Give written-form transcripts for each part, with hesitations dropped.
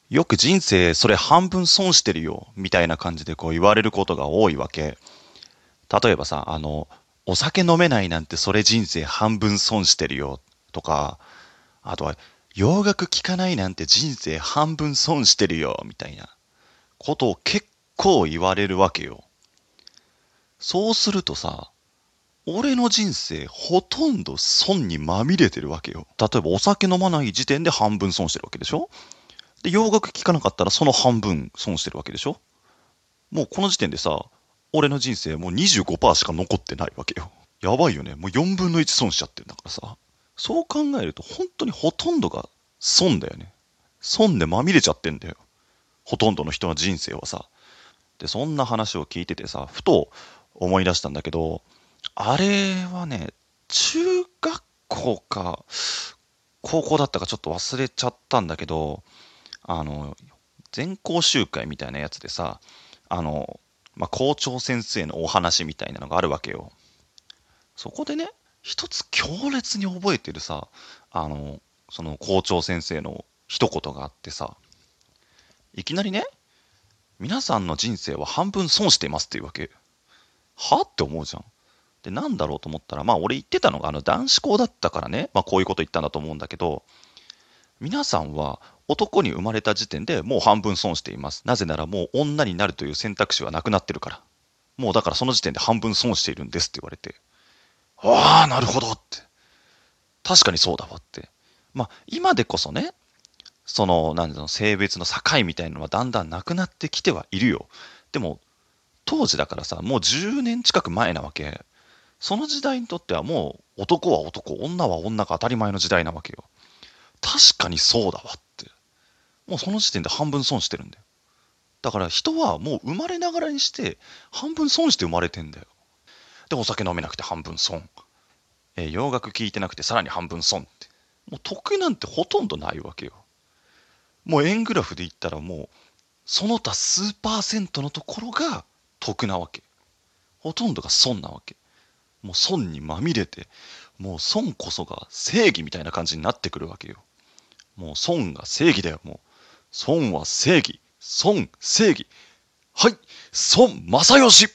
よく人生それ半分損してるよ、みたいな感じでこう言われることが多いわけ。例えばさ、お酒飲めないなんてそれ人生半分損してるよ、とか、あとは、洋楽聴かないなんて人生半分損してるよ、みたいなことを結構言われるわけよ。そうするとさ、俺の人生ほとんど損にまみれてるわけよ。例えばお酒飲まない時点で半分損してるわけでしょ。で、洋楽聴かなかったらその半分損してるわけでしょ。もうこの時点でさ、俺の人生もう25%しか残ってないわけよ。やばいよね。もう4分の1損しちゃってるんだからさ。そう考えると本当にほとんどが損だよね。損でまみれちゃってんだよ。ほとんどの人の人生はさ。で、そんな話を聞いててさ、ふと思い出したんだけど、あれはね、中学校か高校だったかちょっと忘れちゃったんだけど、あの、全校集会みたいなやつでさ、校長先生のお話みたいなのがあるわけよ。そこでね、一つ強烈に覚えてるさ、あの、その校長先生の一言があってさ、いきなりね、皆さんの人生は半分損していますっていうわけ。はって思うじゃん。で、なんだろうと思ったら、まあ俺言ってたのが男子校だったからね、まあこういうこと言ったんだと思うんだけど、皆さんは男に生まれた時点でもう半分損しています。なぜならもう女になるという選択肢はなくなってるから。もうだからその時点で半分損しているんですって言われて、ああ、なるほどって。確かにそうだわって。まあ今でこそね、なんだろう、性別の境みたいなのはだんだんなくなってきてはいるよ。でも当時だからさ、もう10年近く前なわけ。その時代にとってはもう男は男、女は女が当たり前の時代なわけよ。確かにそうだわって。もうその時点で半分損してるんだよ。だから人はもう生まれながらにして半分損して生まれてんだよ。で、お酒飲めなくて半分損。洋楽聴いてなくてさらに半分損って。もう得なんてほとんどないわけよ。もう円グラフで言ったらもうその他数パーセントのところが得なわけ。ほとんどが損なわけ。もう損にまみれて、もう損こそが正義みたいな感じになってくるわけよ。もう損が正義だよ、もう。損は正義。損、正義。はい、孫正義。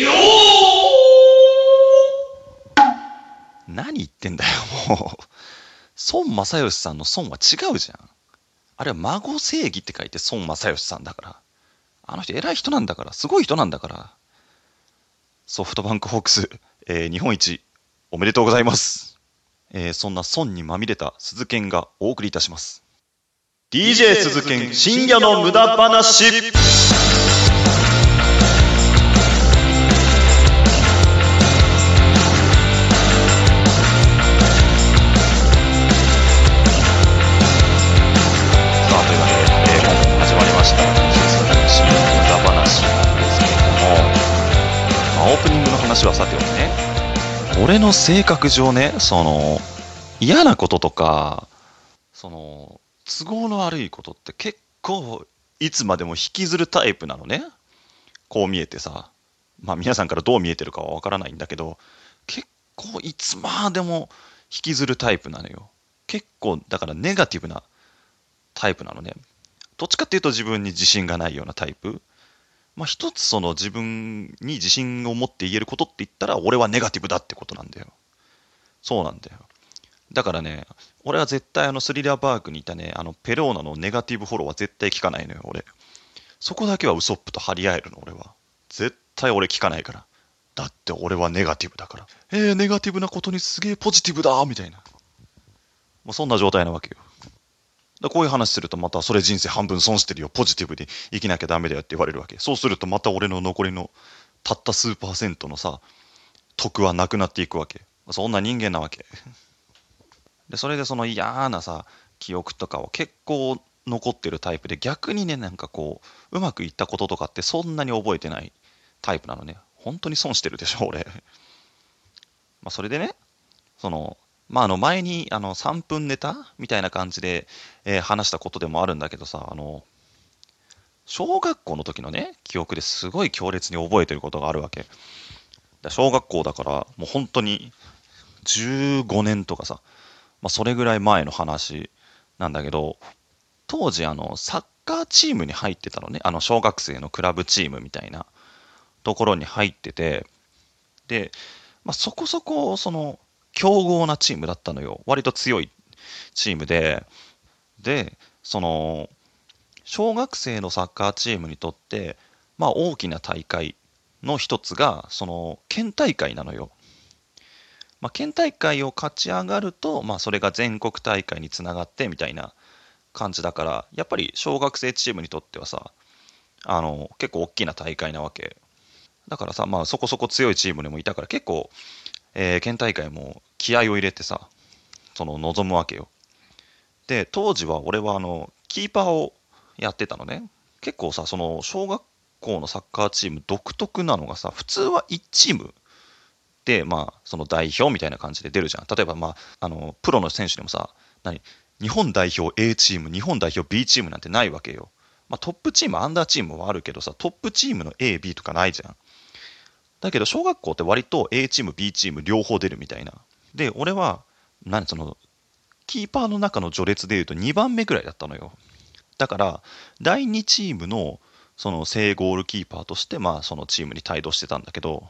何言ってんだよ、もう。孫正義さんの孫は違うじゃん。あれは孫正義って書いて孫正義さんだから。あの人偉い人なんだから、すごい人なんだから。ソフトバンクホークス、日本一おめでとうございます。そんな損にまみれた鈴研がお送りいたします。DJ 鈴研深夜の無駄話。さあ、というわけで、今回も始まりました DJ 鈴研深夜の無駄話ですけれども、オープニングの話はさておきね、俺の性格上ね、嫌なこととか、都合の悪いことって結構、いつまでも引きずるタイプなのね。こう見えてさ。まあ皆さんからどう見えてるかはわからないんだけど、結構いつまでも引きずるタイプなのよ。結構、だからネガティブなタイプなのね。どっちかっていうと自分に自信がないようなタイプ。まあ一つその自分に自信を持って言えることって言ったら、俺はネガティブだってことなんだよ。そうなんだよ。だからね、俺は絶対スリラーバーグにいたね、ペローナのネガティブフォローは絶対聞かないのよ、俺。そこだけはウソップと張り合えるの、俺は。絶対俺聞かないから。だって俺はネガティブだから。ネガティブなことにすげえポジティブだみたいな。もうそんな状態なわけよ。こういう話するとまたそれ人生半分損してるよ。ポジティブで生きなきゃダメだよって言われるわけ。そうするとまた俺の残りのたった数パーセントのさ、得はなくなっていくわけ。そんな人間なわけ。で、それでその嫌なさ、記憶とかを結構残ってるタイプで、逆にね、なんかこう、うまくいったこととかってそんなに覚えてないタイプなのね。本当に損してるでしょ、俺。まあ、それでね、その、前に、3分ネタみたいな感じで、話したことでもあるんだけどさ、小学校の時のね、記憶ですごい強烈に覚えてることがあるわけ。小学校だから、もう本当に15年とかさ、まあ、それぐらい前の話なんだけど、 当時サッカーチームに入ってたのね。小学生のクラブチームみたいなところに入ってて、で、まあ、そこそこ、強豪なチームだったのよ。割と強いチームで、小学生のサッカーチームにとって、まあ、大きな大会の一つが、県大会なのよ。まあ、県大会を勝ち上がると、まあ、それが全国大会につながってみたいな感じだから、やっぱり小学生チームにとってはさ、結構大きな大会なわけ。だからさ、まあ、そこそこ強いチームにもいたから、結構、県大会も気合を入れてさ、臨むわけよ。で、当時は俺はキーパーをやってたのね。結構さ、小学校のサッカーチーム独特なのがさ、普通は1チームで、まあ、その代表みたいな感じで出るじゃん。例えば、まあ、プロの選手でもさ、日本代表 A チーム、日本代表 B チームなんてないわけよ。まあ、トップチーム、アンダーチームはあるけどさ、トップチームの A、B とかないじゃん。だけど、小学校って割と A チーム、B チーム両方出るみたいな。で、俺は、キーパーの中の序列でいうと2番目ぐらいだったのよ。だから、第2チームの、正ゴールキーパーとして、まあ、そのチームに帯同してたんだけど、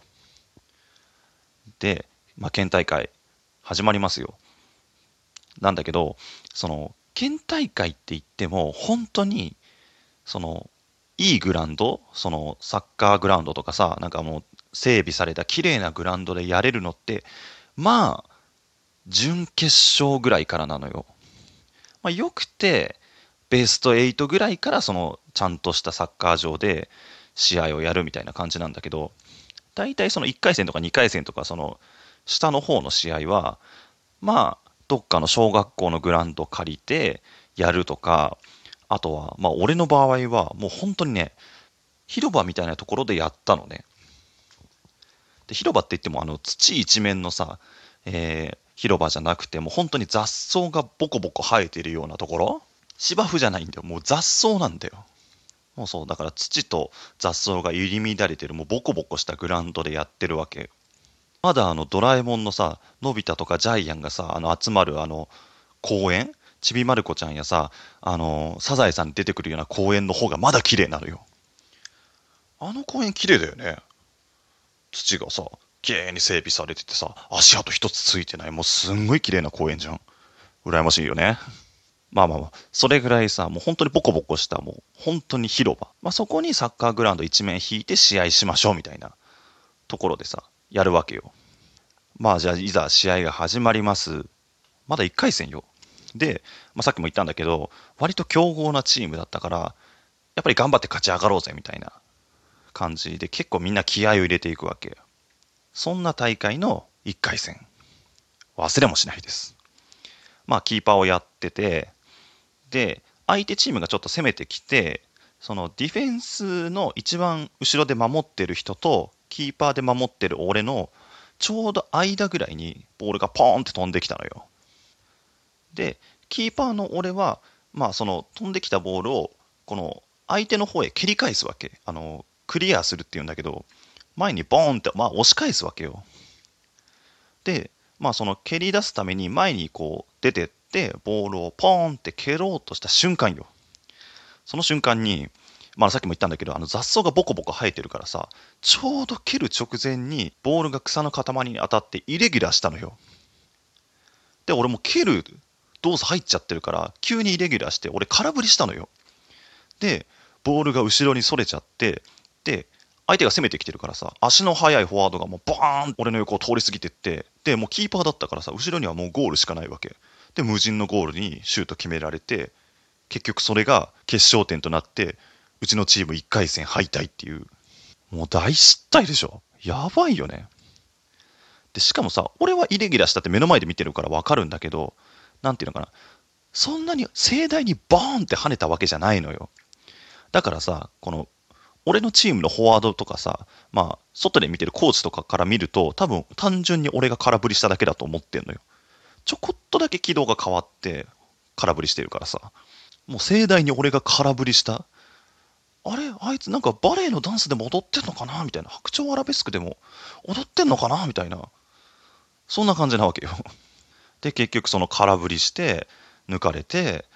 で、まあ、県大会始まりますよ。なんだけど、県大会って言っても、本当に、その、いいグラウンド、サッカーグラウンドとかさ、なんかもう、整備された綺麗なグラウンドでやれるのって、まあ、準決勝ぐらいからなのよ。まあ、よくて、ベスト8ぐらいから、ちゃんとしたサッカー場で試合をやるみたいな感じなんだけど、大体その1回戦とか2回戦とか、下の方の試合は、まあ、どっかの小学校のグラウンド借りてやるとか、あとは、まあ、俺の場合は、もう本当にね、広場みたいなところでやったのね。で、広場って言っても、土一面のさ、広場じゃなくて、もう本当に雑草がボコボコ生えているようなところ、芝生じゃないんだよ。もう雑草なんだよ。もうそう、だから土と雑草が入り乱れてる、もうボコボコしたグラウンドでやってるわけ。まだドラえもんのさ、のび太とかジャイアンがさ、集まる公園、ちびまる子ちゃんやさ、サザエさんに出てくるような公園の方がまだ綺麗なのよ。あの公園綺麗だよね。土がさ、綺麗に整備されててさ、足跡一つついてない、もうすんごい綺麗な公園じゃん。羨ましいよね。まあまあまあ、それぐらいさ、もう本当にボコボコした、もう本当に広場。まあそこにサッカーグラウンド一面引いて試合しましょうみたいなところでさ、やるわけよ。まあじゃあいざ試合が始まります。まだ1回戦よ。で、まあ、さっきも言ったんだけど、割と強豪なチームだったから、やっぱり頑張って勝ち上がろうぜみたいな感じで結構みんな気合を入れていくわけ。そんな大会の1回戦。忘れもしないです。まあキーパーをやってて、で、相手チームがちょっと攻めてきて、そのディフェンスの一番後ろで守ってる人と、キーパーで守ってる俺のちょうど間ぐらいにボールがポーンって飛んできたのよ。で、キーパーの俺は、まあその飛んできたボールを、この相手の方へ蹴り返すわけ。クリアするっていうんだけど、前にボーンって、まあ押し返すわけよ。で、まあその蹴り出すために前にこう出てって、ボールをポーンって蹴ろうとした瞬間よ。その瞬間に、まあさっきも言ったんだけど、雑草がボコボコ生えてるからさ、ちょうど蹴る直前にボールが草の塊に当たってイレギュラーしたのよ。で、俺も蹴る動作入っちゃってるから、急にイレギュラーして、俺空振りしたのよ。で、ボールが後ろにそれちゃって、で、相手が攻めてきてるからさ、足の速いフォワードがもうバーン俺の横を通り過ぎてって、で、もうキーパーだったからさ、後ろにはもうゴールしかないわけ。で、無人のゴールにシュート決められて、結局それが決勝点となって、うちのチーム1回戦敗退っていう。もう大失態でしょ。やばいよね。で、しかもさ、俺はイレギュラーしたって目の前で見てるからわかるんだけど、なんていうのかな。そんなに盛大にバーンって跳ねたわけじゃないのよ。だからさ、俺のチームのフォワードとかさ、まあ、外で見てるコーチとかから見ると、多分単純に俺が空振りしただけだと思ってんのよ。ちょこっとだけ軌道が変わって空振りしてるからさ。もう盛大に俺が空振りした。あれあいつなんかバレエのダンスでも踊ってんのかなみたいな。白鳥アラベスクでも踊ってんのかなみたいな。そんな感じなわけよ。で、結局その空振りして、抜かれて、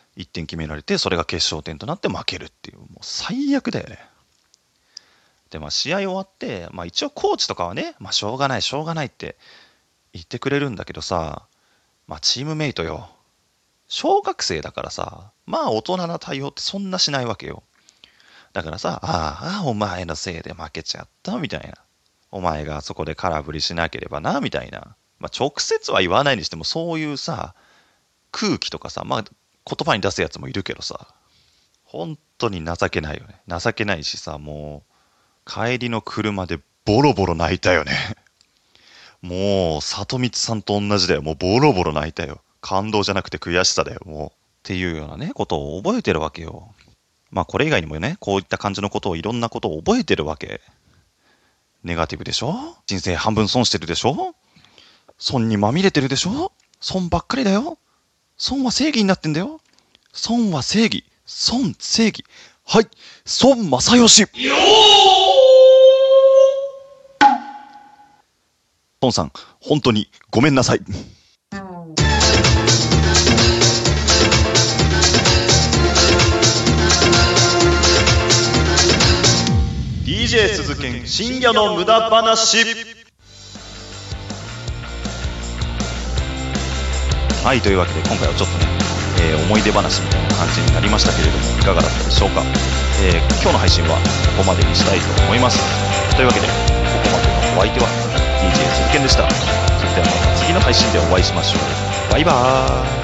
1点決められて、それが決勝点となって負けるっていう、もう最悪だよね。で、試合終わって、一応コーチとかはね、しょうがない、しょうがないって言ってくれるんだけどさ、チームメイトよ。小学生だからさ、大人な対応ってそんなしないわけよ。だからさ、ああ、お前のせいで負けちゃった、みたいな。お前がそこで空振りしなければな、みたいな。直接は言わないにしても、そういうさ、空気とかさ、言葉に出すやつもいるけどさ、本当に情けないよね。情けないしさ、もう、帰りの車でボロボロ泣いたよね。もう、里光さんと同じだよ。もうボロボロ泣いたよ。感動じゃなくて悔しさだよ、もう。っていうようなね、ことを覚えてるわけよ。これ以外にもね、こういった感じのことをいろんなことを覚えてるわけ。ネガティブでしょ？人生半分損してるでしょ？損にまみれてるでしょ？損ばっかりだよ。損は正義になってんだよ。損は正義。損、正義。はい、孫正義。孫さん、本当にごめんなさい。DJ 鈴研深夜の無駄話。はい、というわけで今回はちょっとね、思い出話みたいな感じになりましたけれども、いかがだったでしょうか。今日の配信はここまでにしたいと思います。というわけで、ここまでのお相手は DJ 鈴研でした。それではまた次の配信でお会いしましょう。バイバーイ。